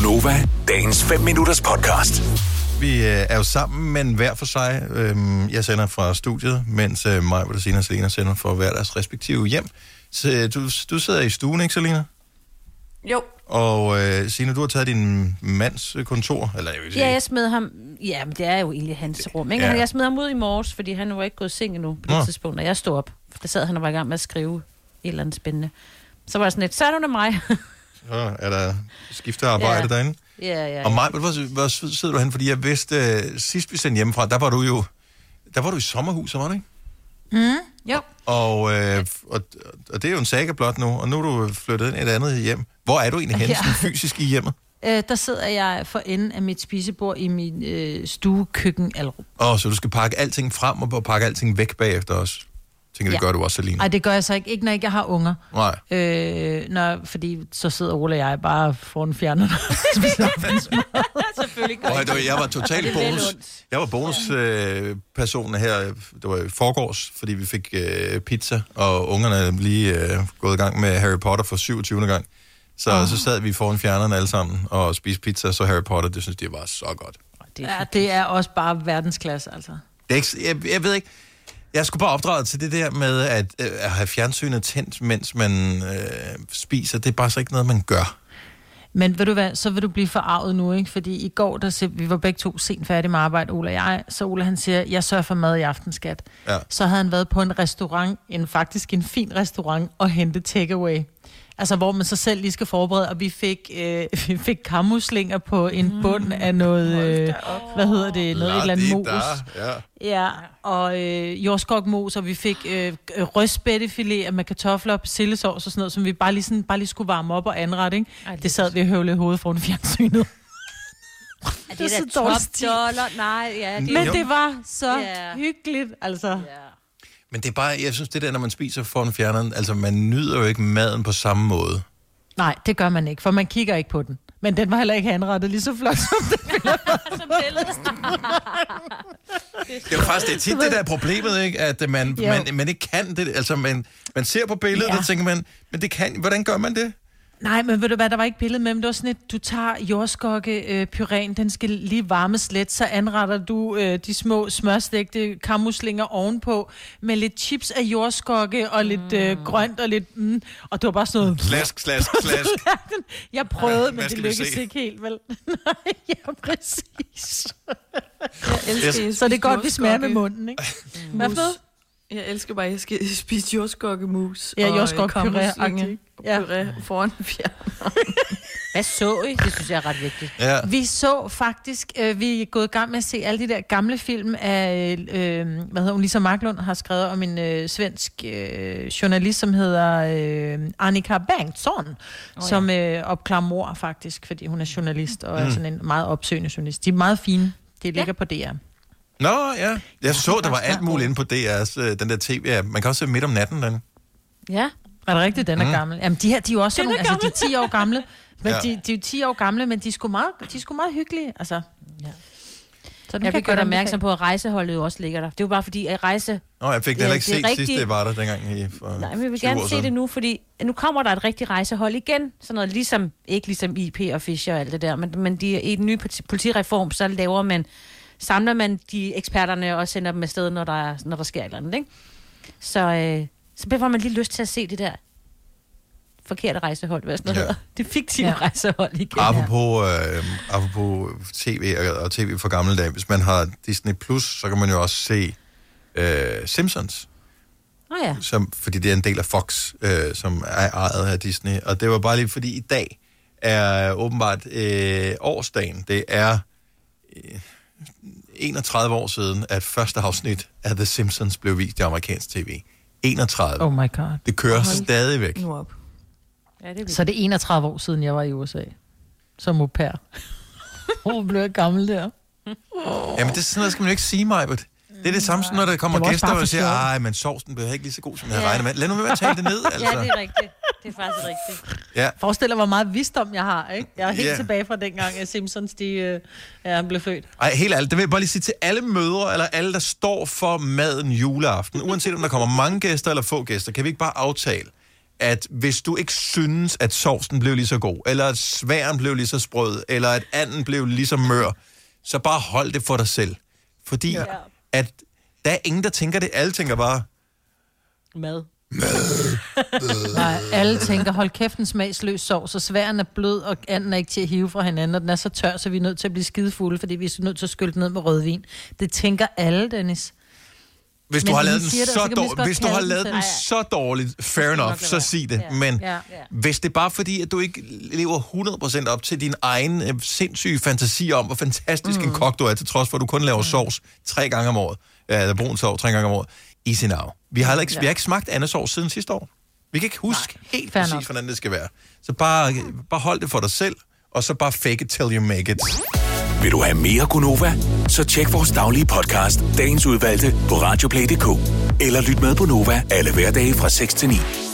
Gonova, dagens 5 minutters podcast. Vi er jo sammen, men hver for sig. Jeg sender fra studiet, mens mig, Bettina og Selina sender fra hver deres respektive hjem. Så, du sidder i stuen, ikke, Selina? Jo. Og Signe, du har taget din mands kontor, eller jeg vil sige... Ja, jeg smed ham... Ja, men det er jo egentlig hans rum, ikke? Ja. Jeg smed ham ud i morges, fordi han var ikke gået i seng endnu på det tidspunkt, og jeg stod op. For der sad han og var i gang med at skrive et eller andet spændende. Så var jeg sådan lidt, så er du med mig. Så er der skiftearbejde derinde. Ja. Og mig, hvor sidder du hen? Fordi jeg vidste, sidst vi sendte hjemmefra, der var du i sommerhuset, var du ikke? Jo. Og det er jo en saga blot nu, og nu er du flyttet ind i et andet hjem. Hvor er du egentlig henne, sådan fysisk i hjemmet? Der sidder jeg for enden af mit spisebord i min stuekøkken-alrum. Så du skal pakke alting frem og pakke alting væk bagefter os? Tænker, det gør du også, Selina. Nej, det gør jeg så ikke. Ikke når jeg har unger. Nej. Fordi så sidder Ole og jeg bare foran fjerneren. Selvfølgelig Jeg var totalt bonus. Jeg var bonuspersonen her. Det var i forgårs, fordi vi fik pizza, og ungerne er lige gået i gang med Harry Potter for 27. gang. Så sad vi foran fjerneren alle sammen og spiste pizza, så Harry Potter, det synes de var så godt. Det er også bare verdensklasse, altså. Det er ikke, jeg ved ikke. Jeg skulle bare opdrage til det der med at have fjernsynet tændt, mens man spiser. Det er bare så ikke noget, man gør. Men ved du hvad, så vil du blive forarvet nu, ikke? Fordi i går, vi var begge to sent færdige med arbejde, Ole og jeg. Så Ole, han siger, jeg sørger for mad i aften, skat. Ja. Så havde han været på en restaurant, faktisk en fin restaurant, og hentet takeaway. Altså, hvor man så selv lige skal forberede, og vi fik kammuslinger på en bund af noget, noget et eller andet mos. Ja, og jordskokmos, og vi fik røstspættefilet med kartofler og persillesovs og sådan noget, som vi bare lige skulle varme op og anrette, ikke? Det sad vi og høvlede hovedet foran fjernsynet. Det er da $top. Nej, ja. Men det var så hyggeligt, altså. Yeah. Men det er bare, jeg synes det der, når man spiser foran fjerneren, altså man nyder jo ikke maden på samme måde. Nej, det gør man ikke, for man kigger ikke på den. Men den var heller ikke anrettet lige så flot som det billede. Det er jo faktisk, det er tit det der problemet, ikke? At man ikke kan det. Altså man ser på billedet, og tænker man, men det kan, hvordan gør man det? Nej, men ved du hvad, der var ikke billede med, men det var sådan et, du tager jordskokke-pyréen, den skal lige varmes let, så anretter du de små smørstegte kammuslinger ovenpå, med lidt chips af jordskokke, og lidt grønt, og lidt, og det var bare sådan noget... Slask. Jeg prøvede, men det lykkedes ikke helt, vel? Nej, ja, præcis. Så det er godt, vi smager med munden, ikke? Hvad for? Jeg elsker bare, at jeg skal spise jordskokkemus. Ja, jordskokke-puré-agtigt. Puré foran fjerneren. Hvad så I? Det synes jeg er ret vigtigt. Ja. Vi så faktisk, vi er gået i gang med at se alle de der gamle film af, Lisa Marklund har skrevet om en svensk journalist, som hedder Annika Bengtsson, som opklarer mord faktisk, fordi hun er journalist og er sådan en meget opsøgende journalist. De er meget fine. Det ligger på DR. Nå, ja. Jeg så, der var alt muligt inde på DR's, den der tv. Man kan også se midt om natten, den. Ja. Er det rigtigt, den er gammel? Jamen, de her, de er jo også nogle, altså de er 10 år gamle. Men de er jo 10 år gamle, men de er sgu meget hyggelige, altså. Ja. Så jeg vil gøre opmærksom på, at rejseholdet jo også ligger der. Det er jo bare fordi, at rejse... Jeg fik det heller ikke set sidst, det var der dengang for... Nej, men vi vil gerne se det nu, fordi nu kommer der et rigtigt rejsehold igen. Sådan noget ligesom, ikke ligesom IP og Fischer og alt det der, men i den nye politireform, så samler man de eksperterne og sender dem afsted, når der sker et eller andet, ikke? Så får man lige lyst til at se det der forkerte rejsehold, hvad sådan noget hedder. Det fiktive rejsehold igen. Apropos tv og tv for gamle dage, hvis man har Disney+, så kan man jo også se Simpsons. Fordi det er en del af Fox, som er ejet af Disney. Og det var bare lige, fordi i dag er åbenbart årsdagen. Det er 31 år siden, at første afsnit af The Simpsons blev vist i amerikansk tv. 31. Oh my god. Det kører stadigvæk. Så det er 31 år siden, jeg var i USA. Som au pair. Hvor blev jeg gammel der? Jamen, det er sådan noget, skal man jo ikke sige, Majbert. Det er det samme, når der kommer gæster og siger, ej, men sovsen bliver ikke lige så god, som jeg regner med. Lad nu med at tale det ned, altså. Ja, det er rigtigt. Det er faktisk rigtigt. Ja. Forestil dig, hvor meget visdom jeg har, ikke? Jeg er helt tilbage fra dengang, at Simpsons, han blev født. Ej, helt ærligt, det vil jeg bare lige sige til alle mødre, eller alle, der står for maden juleaften, uanset om der kommer mange gæster eller få gæster, kan vi ikke bare aftale, at hvis du ikke synes, at sovsen blev lige så god, eller at sværen blev lige så sprød, eller at anden blev lige så mør, så bare hold det for dig selv. Fordi at der er ingen, der tænker det. Alle tænker bare... Mad. Nej, alle tænker, hold kæft, en smagsløs sovs, så sværen er blød, og anden er ikke til at hive fra hinanden, og den er så tør, så vi er nødt til at blive skidefulde, fordi vi er nødt til at skylde ned med rødvin. Det tænker alle, Dennis. Hvis du har lavet den så dårligt, fair enough, så sig det. Men hvis det er bare fordi, at du ikke lever 100% op til din egen sindssyge fantasi om, hvor fantastisk en kok du er, til trods for, at du kun laver sovs 3 gange om året, eller brun sovs 3 gange om året, easy now. Vi har ikke smagt andesovs siden sidste år. Vi kan ikke huske helt præcis, hvordan det skal være. Så bare hold det for dig selv, og så bare fake it till you make it. Vil du have mere Gunova? Så tjek vores daglige podcast, Dagens Udvalgte, på radioplay.dk. Eller lyt med på Nova alle hverdage fra 6 til 9.